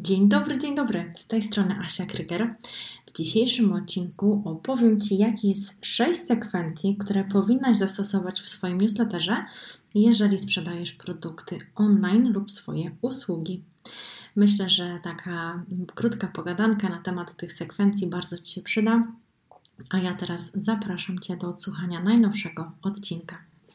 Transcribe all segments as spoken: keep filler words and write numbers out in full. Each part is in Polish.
Dzień dobry, dzień dobry. Z tej strony Asia Kryger. W dzisiejszym odcinku opowiem Ci, jakie jest sześć sekwencji, które powinnaś zastosować w swoim newsletterze, jeżeli sprzedajesz produkty online lub swoje usługi. Myślę, że taka krótka pogadanka na temat tych sekwencji bardzo Ci się przyda, a ja teraz zapraszam Cię do odsłuchania najnowszego odcinka.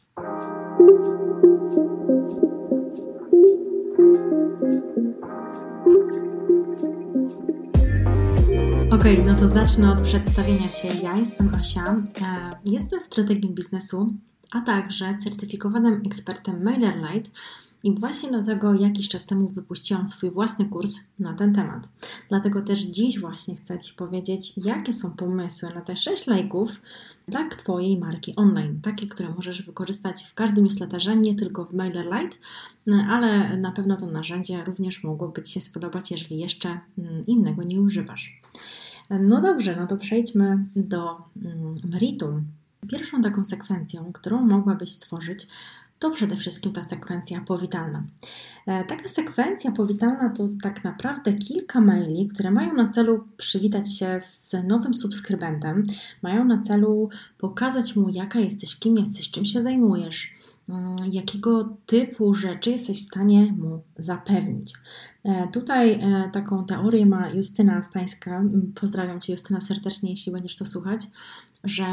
Okej, okay, no to zacznę od przedstawienia się. Ja jestem Asia, jestem strategiem biznesu, a także certyfikowanym ekspertem MailerLite i właśnie dlatego jakiś czas temu wypuściłam swój własny kurs na ten temat. Dlatego też dziś właśnie chcę Ci powiedzieć, jakie są pomysły na te sześć lejków dla Twojej marki online. Takie, które możesz wykorzystać w każdym newsletterze, nie tylko w MailerLite, ale na pewno to narzędzie również mogłoby Ci się spodobać, jeżeli jeszcze innego nie używasz. No dobrze, no to przejdźmy do meritum. Pierwszą taką sekwencją, którą mogłabyś stworzyć, to przede wszystkim ta sekwencja powitalna. Taka sekwencja powitalna to tak naprawdę kilka maili, które mają na celu przywitać się z nowym subskrybentem, mają na celu pokazać mu, jaka jesteś, kim jesteś, czym się zajmujesz, jakiego typu rzeczy jesteś w stanie mu zapewnić. Tutaj taką teorię ma Justyna Stańska, pozdrawiam Cię Justyna serdecznie, jeśli będziesz to słuchać, że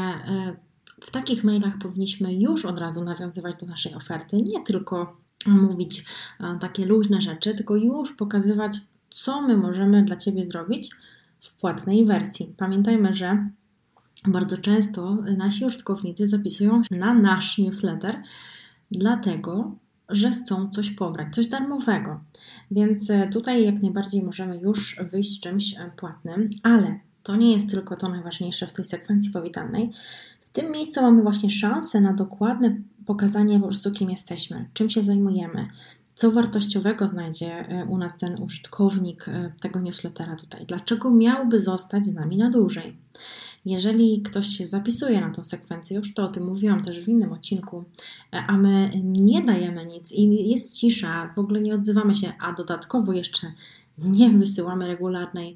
w takich mailach powinniśmy już od razu nawiązywać do naszej oferty, nie tylko mówić takie luźne rzeczy, tylko już pokazywać, co my możemy dla Ciebie zrobić w płatnej wersji. Pamiętajmy, że bardzo często nasi użytkownicy zapisują się na nasz newsletter, dlatego, że chcą coś pobrać, coś darmowego. Więc tutaj jak najbardziej możemy już wyjść z czymś płatnym, ale to nie jest tylko to najważniejsze w tej sekwencji powitalnej. W tym miejscu mamy właśnie szansę na dokładne pokazanie po prostu, kim jesteśmy, czym się zajmujemy, co wartościowego znajdzie u nas ten użytkownik tego newslettera tutaj, dlaczego miałby zostać z nami na dłużej. Jeżeli ktoś się zapisuje na tą sekwencję, już to o tym mówiłam też w innym odcinku, a my nie dajemy nic i jest cisza, w ogóle nie odzywamy się, a dodatkowo jeszcze nie wysyłamy regularnej,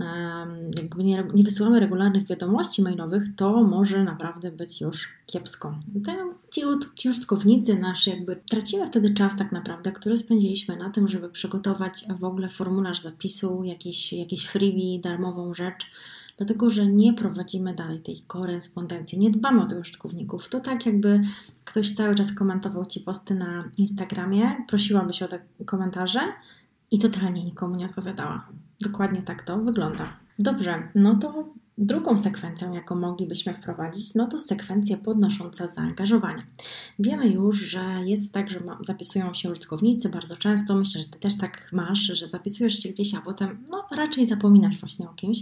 jakby nie, nie wysyłamy regularnych wiadomości mailowych, to może naprawdę być już kiepsko. Ci, ci użytkownicy nasz, jakby tracimy wtedy czas tak naprawdę, który spędziliśmy na tym, żeby przygotować w ogóle formularz zapisu, jakiś, jakiś freebie, darmową rzecz, dlatego, że nie prowadzimy dalej tej korespondencji, nie dbamy o tych użytkowników. To tak jakby ktoś cały czas komentował Ci posty na Instagramie, prosiłabyś o te komentarze i totalnie nikomu nie odpowiadała. Dokładnie tak to wygląda. Dobrze, no to drugą sekwencją, jaką moglibyśmy wprowadzić, no to sekwencja podnosząca zaangażowanie. Wiemy już, że jest tak, że zapisują się użytkownicy bardzo często. Myślę, że Ty też tak masz, że zapisujesz się gdzieś, a potem no, raczej zapominasz właśnie o kimś.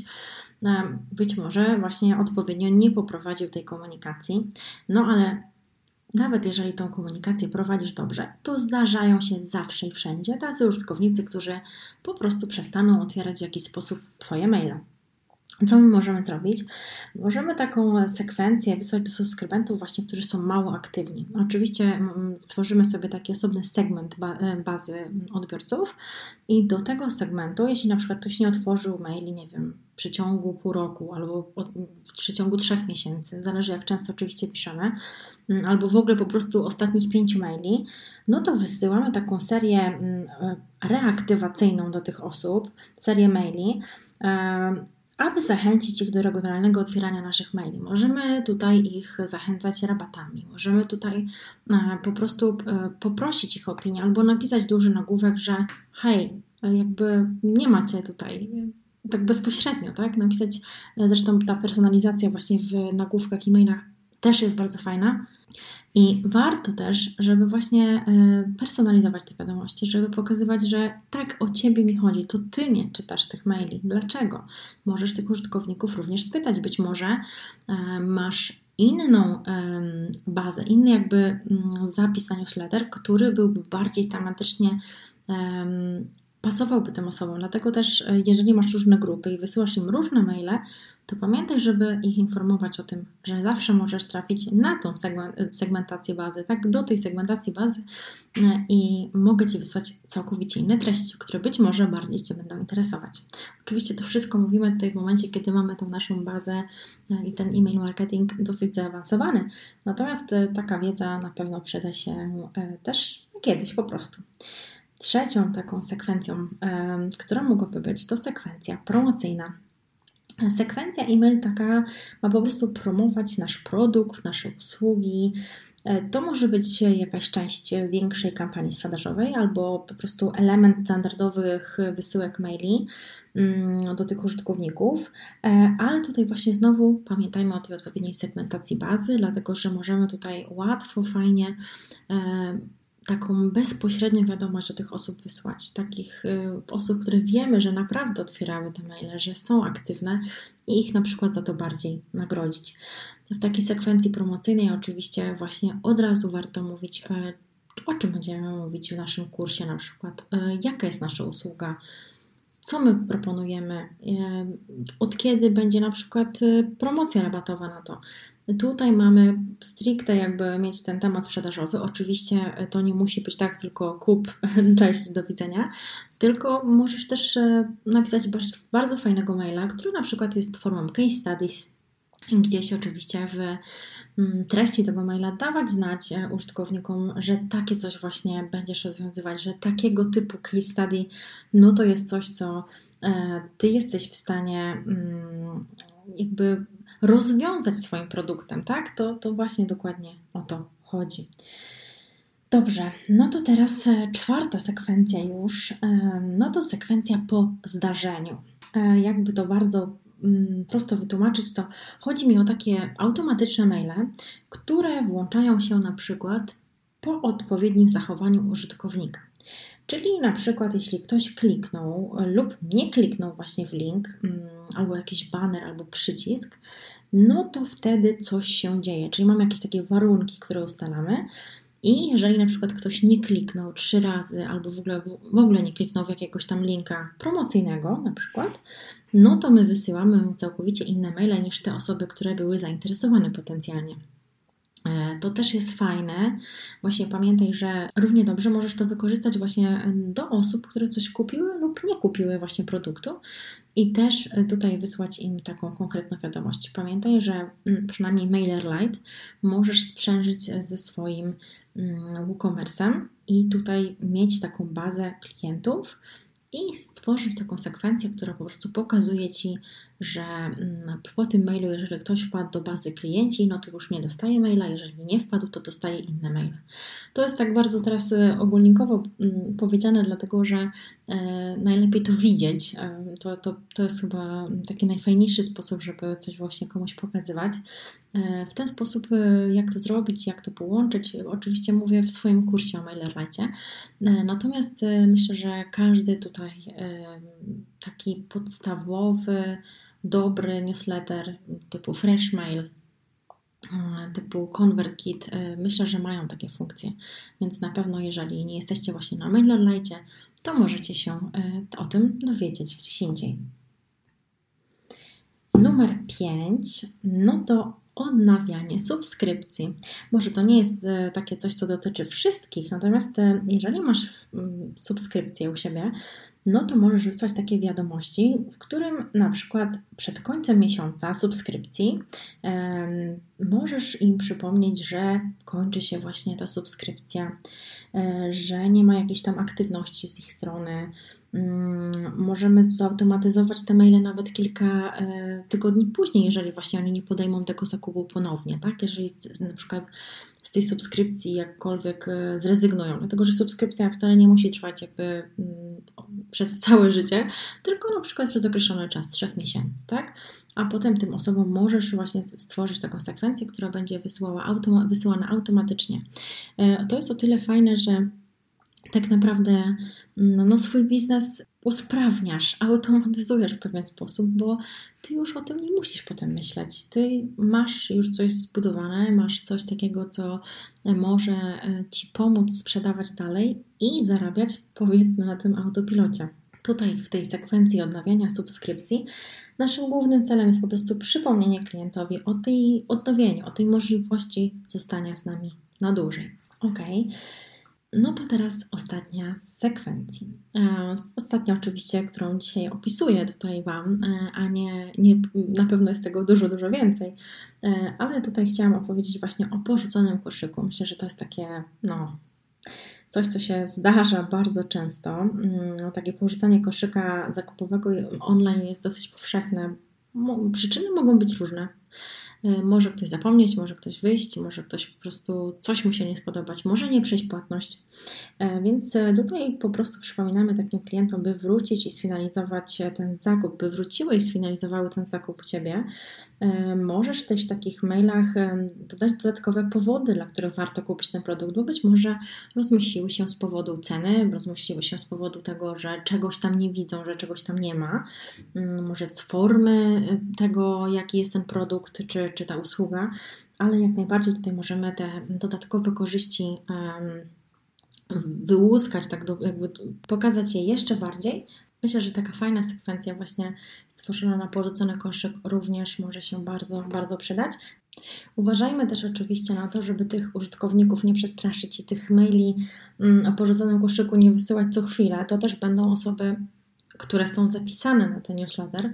Być może właśnie odpowiednio nie poprowadził tej komunikacji, no ale nawet jeżeli tą komunikację prowadzisz dobrze, to zdarzają się zawsze i wszędzie tacy użytkownicy, którzy po prostu przestaną otwierać w jakiś sposób Twoje maile. Co my możemy zrobić? Możemy taką sekwencję wysłać do subskrybentów właśnie, którzy są mało aktywni. Oczywiście stworzymy sobie taki osobny segment bazy odbiorców i do tego segmentu, jeśli na przykład ktoś nie otworzył maili, nie wiem, w przeciągu pół roku albo w przeciągu trzech miesięcy, zależy jak często oczywiście piszemy, albo w ogóle po prostu ostatnich pięciu maili, no to wysyłamy taką serię reaktywacyjną do tych osób, serię maili, aby zachęcić ich do regularnego otwierania naszych maili. Możemy tutaj ich zachęcać rabatami, możemy tutaj po prostu poprosić ich o opinię albo napisać duży nagłówek, że hej, jakby nie macie tutaj tak bezpośrednio, tak? Napisać, zresztą ta personalizacja właśnie w nagłówkach i mailach też jest bardzo fajna. I warto też, żeby właśnie personalizować te wiadomości, żeby pokazywać, że tak o Ciebie mi chodzi, to Ty nie czytasz tych maili. Dlaczego? Możesz tych użytkowników również spytać. Być może masz inną bazę, inny jakby zapis na newsletter, który byłby bardziej tematycznie pasowałby tym osobom. Dlatego też, jeżeli masz różne grupy i wysyłasz im różne maile, to pamiętaj, żeby ich informować o tym, że zawsze możesz trafić na tą segmentację bazy, tak, do tej segmentacji bazy i mogę Ci wysłać całkowicie inne treści, które być może bardziej Cię będą interesować. Oczywiście to wszystko mówimy tutaj w momencie, kiedy mamy tą naszą bazę i ten e-mail marketing dosyć zaawansowany. Natomiast taka wiedza na pewno przyda się też kiedyś po prostu. Trzecią taką sekwencją, która mogłaby być, to sekwencja promocyjna. Sekwencja e-mail taka ma po prostu promować nasz produkt, nasze usługi. To może być jakaś część większej kampanii sprzedażowej albo po prostu element standardowych wysyłek maili do tych użytkowników, ale tutaj właśnie znowu pamiętajmy o tej odpowiedniej segmentacji bazy, dlatego że możemy tutaj łatwo, fajnie taką bezpośrednią wiadomość do tych osób wysłać. Takich y, osób, które wiemy, że naprawdę otwierały te maile, że są aktywne i ich na przykład za to bardziej nagrodzić. W takiej sekwencji promocyjnej oczywiście właśnie od razu warto mówić, y, o czym będziemy mówić w naszym kursie na przykład, y, jaka jest nasza usługa, co my proponujemy, od kiedy będzie na przykład promocja rabatowa na to. Tutaj mamy stricte jakby mieć ten temat sprzedażowy. Oczywiście to nie musi być tak tylko kup, cześć, do widzenia, tylko możesz też napisać bardzo fajnego maila, który na przykład jest formą case studies, gdzieś oczywiście w treści tego maila dawać znać użytkownikom, że takie coś właśnie będziesz rozwiązywać, że takiego typu case study, no to jest coś, co Ty jesteś w stanie jakby rozwiązać swoim produktem, tak? To, to właśnie dokładnie o to chodzi. Dobrze, no to teraz czwarta sekwencja już, no to sekwencja po zdarzeniu. Jakby to bardzo prosto wytłumaczyć, to chodzi mi o takie automatyczne maile, które włączają się na przykład po odpowiednim zachowaniu użytkownika. Czyli na przykład jeśli ktoś kliknął lub nie kliknął właśnie w link, albo jakiś baner, albo przycisk, no to wtedy coś się dzieje. Czyli mamy jakieś takie warunki, które ustalamy i jeżeli na przykład ktoś nie kliknął trzy razy albo w ogóle, w ogóle nie kliknął w jakiegoś tam linka promocyjnego na przykład, no to my wysyłamy mu całkowicie inne maile niż te osoby, które były zainteresowane potencjalnie. To też jest fajne. Właśnie pamiętaj, że równie dobrze możesz to wykorzystać właśnie do osób, które coś kupiły lub nie kupiły właśnie produktu i też tutaj wysłać im taką konkretną wiadomość. Pamiętaj, że przynajmniej MailerLite możesz sprzężyć ze swoim WooCommerce'em i tutaj mieć taką bazę klientów i stworzyć taką sekwencję, która po prostu pokazuje Ci, że po tym mailu, jeżeli ktoś wpadł do bazy klienci, no to już nie dostaje maila, jeżeli nie wpadł, to dostaje inne maile. To jest tak bardzo teraz ogólnikowo powiedziane, dlatego że najlepiej to widzieć. To, to, to jest chyba taki najfajniejszy sposób, żeby coś właśnie komuś pokazywać. W ten sposób, jak to zrobić, jak to połączyć, oczywiście mówię w swoim kursie o MailerLite. Natomiast myślę, że każdy tutaj taki podstawowy, dobry newsletter typu Freshmail, typu ConvertKit, myślę, że mają takie funkcje, więc na pewno jeżeli nie jesteście właśnie na MailerLite, to możecie się o tym dowiedzieć gdzieś indziej. Numer pięć, no to odnawianie subskrypcji. Może to nie jest takie coś, co dotyczy wszystkich, natomiast jeżeli masz subskrypcję u siebie, no to możesz wysłać takie wiadomości, w którym na przykład przed końcem miesiąca subskrypcji um, możesz im przypomnieć, że kończy się właśnie ta subskrypcja, um, że nie ma jakiejś tam aktywności z ich strony. Um, możemy zautomatyzować te maile nawet kilka um, tygodni później, jeżeli właśnie oni nie podejmą tego zakupu ponownie, tak? Jeżeli na przykład z tej subskrypcji jakkolwiek zrezygnują, dlatego że subskrypcja wcale nie musi trwać jakby przez całe życie, tylko na przykład przez określony czas, trzech miesięcy, tak? A potem tym osobom możesz właśnie stworzyć taką sekwencję, która będzie wysyłała automa- wysyłana automatycznie. To jest o tyle fajne, że tak naprawdę no, swój biznes usprawniasz, automatyzujesz w pewien sposób, bo Ty już o tym nie musisz potem myśleć. Ty masz już coś zbudowane, masz coś takiego, co może Ci pomóc sprzedawać dalej i zarabiać, powiedzmy, na tym autopilocie. Tutaj w tej sekwencji odnawiania subskrypcji naszym głównym celem jest po prostu przypomnienie klientowi o tej odnowieniu, o tej możliwości zostania z nami na dłużej. Ok. No to teraz ostatnia z sekwencji. Ostatnia oczywiście, którą dzisiaj opisuję tutaj Wam, a nie, nie na pewno jest tego dużo, dużo więcej, ale tutaj chciałam opowiedzieć właśnie o porzuconym koszyku. Myślę, że to jest takie, no, coś, co się zdarza bardzo często. Takie porzucanie koszyka zakupowego online jest dosyć powszechne. Przyczyny mogą być różne. Może ktoś zapomnieć, może ktoś wyjść, może ktoś po prostu coś mu się nie spodobać, może nie przejść płatność. Więc tutaj po prostu przypominamy takim klientom, by wrócić i sfinalizować ten zakup, by wróciły i sfinalizowały ten zakup u Ciebie. Możesz też w takich mailach dodać dodatkowe powody, dla których warto kupić ten produkt, bo być może rozmyśliły się z powodu ceny, rozmyśliły się z powodu tego, że czegoś tam nie widzą, że czegoś tam nie ma, może z formy tego, jaki jest ten produkt, czy, czy ta usługa, ale jak najbardziej tutaj możemy te dodatkowe korzyści um, wyłuskać, tak do, jakby pokazać je jeszcze bardziej. Myślę, że taka fajna sekwencja właśnie stworzona na porzucony koszyk również może się bardzo, bardzo przydać. Uważajmy też oczywiście na to, żeby tych użytkowników nie przestraszyć i tych maili o porzuconym koszyku nie wysyłać co chwilę. To też będą osoby, które są zapisane na ten newsletter.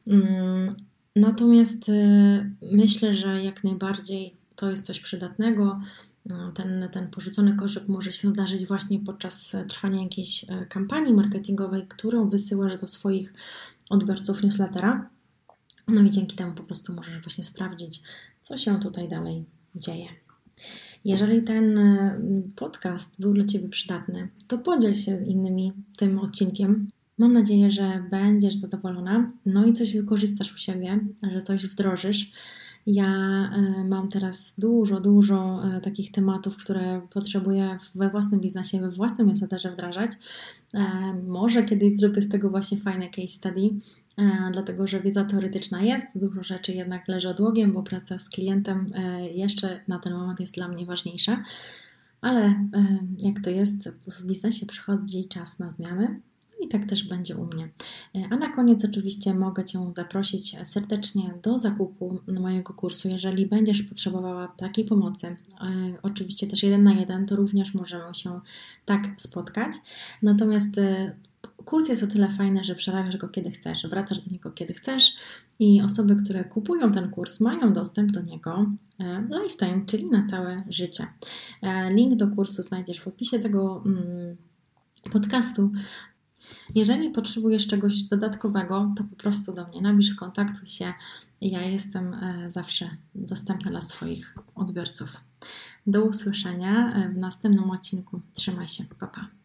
Natomiast myślę, że jak najbardziej to jest coś przydatnego. Ten, ten porzucony koszyk może się zdarzyć właśnie podczas trwania jakiejś kampanii marketingowej, którą wysyłasz do swoich odbiorców newslettera. No i dzięki temu po prostu możesz właśnie sprawdzić, co się tutaj dalej dzieje. Jeżeli ten podcast był dla Ciebie przydatny, to podziel się z innymi tym odcinkiem. Mam nadzieję, że będziesz zadowolona, no i coś wykorzystasz u siebie, że coś wdrożysz. Ja mam teraz dużo, dużo takich tematów, które potrzebuję we własnym biznesie, we własnym newsletterze wdrażać. Może kiedyś zrobię z tego właśnie fajne case study, dlatego że wiedza teoretyczna jest, dużo rzeczy jednak leży odłogiem, bo praca z klientem jeszcze na ten moment jest dla mnie ważniejsza. Ale jak to jest, w biznesie przychodzi czas na zmiany. I tak też będzie u mnie. A na koniec oczywiście mogę Cię zaprosić serdecznie do zakupu mojego kursu. Jeżeli będziesz potrzebowała takiej pomocy, oczywiście też jeden na jeden, to również możemy się tak spotkać. Natomiast kurs jest o tyle fajny, że przerabiasz go kiedy chcesz, wracasz do niego kiedy chcesz i osoby, które kupują ten kurs, mają dostęp do niego lifetime, czyli na całe życie. Link do kursu znajdziesz w opisie tego podcastu. Jeżeli potrzebujesz czegoś dodatkowego, to po prostu do mnie napisz, skontaktuj się. Ja jestem zawsze dostępna dla swoich odbiorców. Do usłyszenia w następnym odcinku. Trzymaj się. Pa, pa.